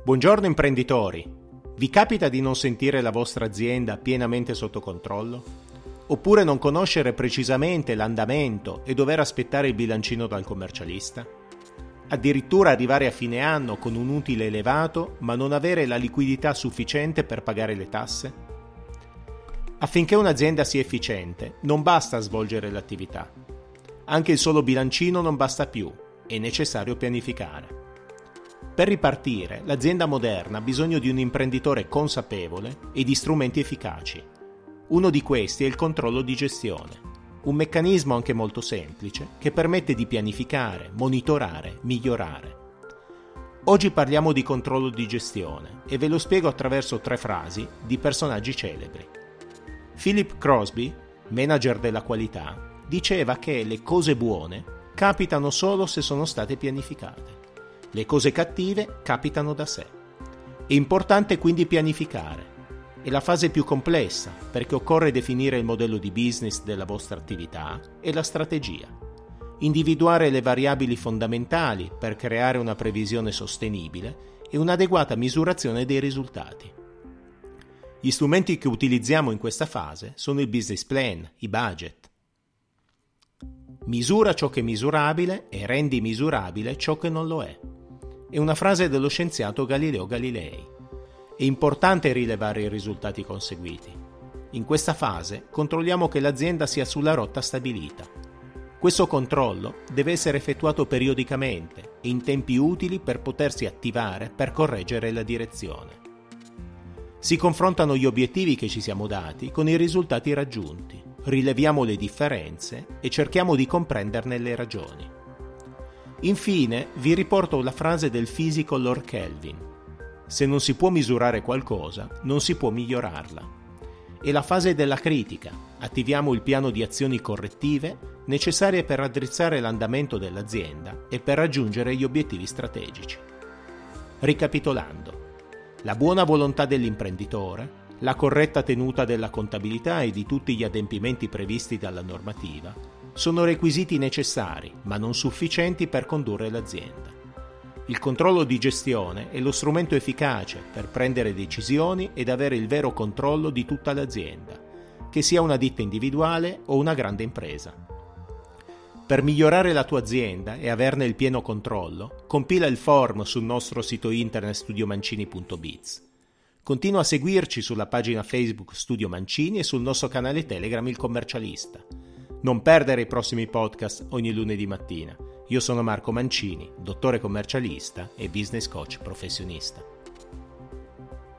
Buongiorno imprenditori! Vi capita di non sentire la vostra azienda pienamente sotto controllo? Oppure non conoscere precisamente l'andamento e dover aspettare il bilancino dal commercialista? Addirittura arrivare a fine anno con un utile elevato ma non avere la liquidità sufficiente per pagare le tasse? Affinché un'azienda sia efficiente non basta svolgere l'attività. Anche il solo bilancino non basta più, è necessario pianificare. Per ripartire, l'azienda moderna ha bisogno di un imprenditore consapevole e di strumenti efficaci. Uno di questi è il controllo di gestione, un meccanismo anche molto semplice che permette di pianificare, monitorare, migliorare. Oggi parliamo di controllo di gestione e ve lo spiego attraverso 3 frasi di personaggi celebri. Philip Crosby, manager della qualità, diceva che le cose buone capitano solo se sono state pianificate. Le cose cattive capitano da sé. È importante quindi pianificare. È la fase più complessa perché occorre definire il modello di business della vostra attività e la strategia. Individuare le variabili fondamentali per creare una previsione sostenibile e un'adeguata misurazione dei risultati. Gli strumenti che utilizziamo in questa fase sono il business plan, i budget. Misura ciò che è misurabile e rendi misurabile ciò che non lo è. È una frase dello scienziato Galileo Galilei. È importante rilevare i risultati conseguiti. In questa fase controlliamo che l'azienda sia sulla rotta stabilita. Questo controllo deve essere effettuato periodicamente e in tempi utili per potersi attivare per correggere la direzione. Si confrontano gli obiettivi che ci siamo dati con i risultati raggiunti, rileviamo le differenze e cerchiamo di comprenderne le ragioni. Infine, vi riporto la frase del fisico Lord Kelvin. Se non si può misurare qualcosa, non si può migliorarla. È la fase della critica. Attiviamo il piano di azioni correttive necessarie per raddrizzare l'andamento dell'azienda e per raggiungere gli obiettivi strategici. Ricapitolando, la buona volontà dell'imprenditore, la corretta tenuta della contabilità e di tutti gli adempimenti previsti dalla normativa sono requisiti necessari, ma non sufficienti per condurre l'azienda. Il controllo di gestione è lo strumento efficace per prendere decisioni ed avere il vero controllo di tutta l'azienda, che sia una ditta individuale o una grande impresa. Per migliorare la tua azienda e averne il pieno controllo, compila il form sul nostro sito internet studiomancini.biz. Continua a seguirci sulla pagina Facebook Studio Mancini e sul nostro canale Telegram Il Commercialista. Non perdere i prossimi podcast ogni lunedì mattina. Io sono Marco Mancini, dottore commercialista e business coach professionista.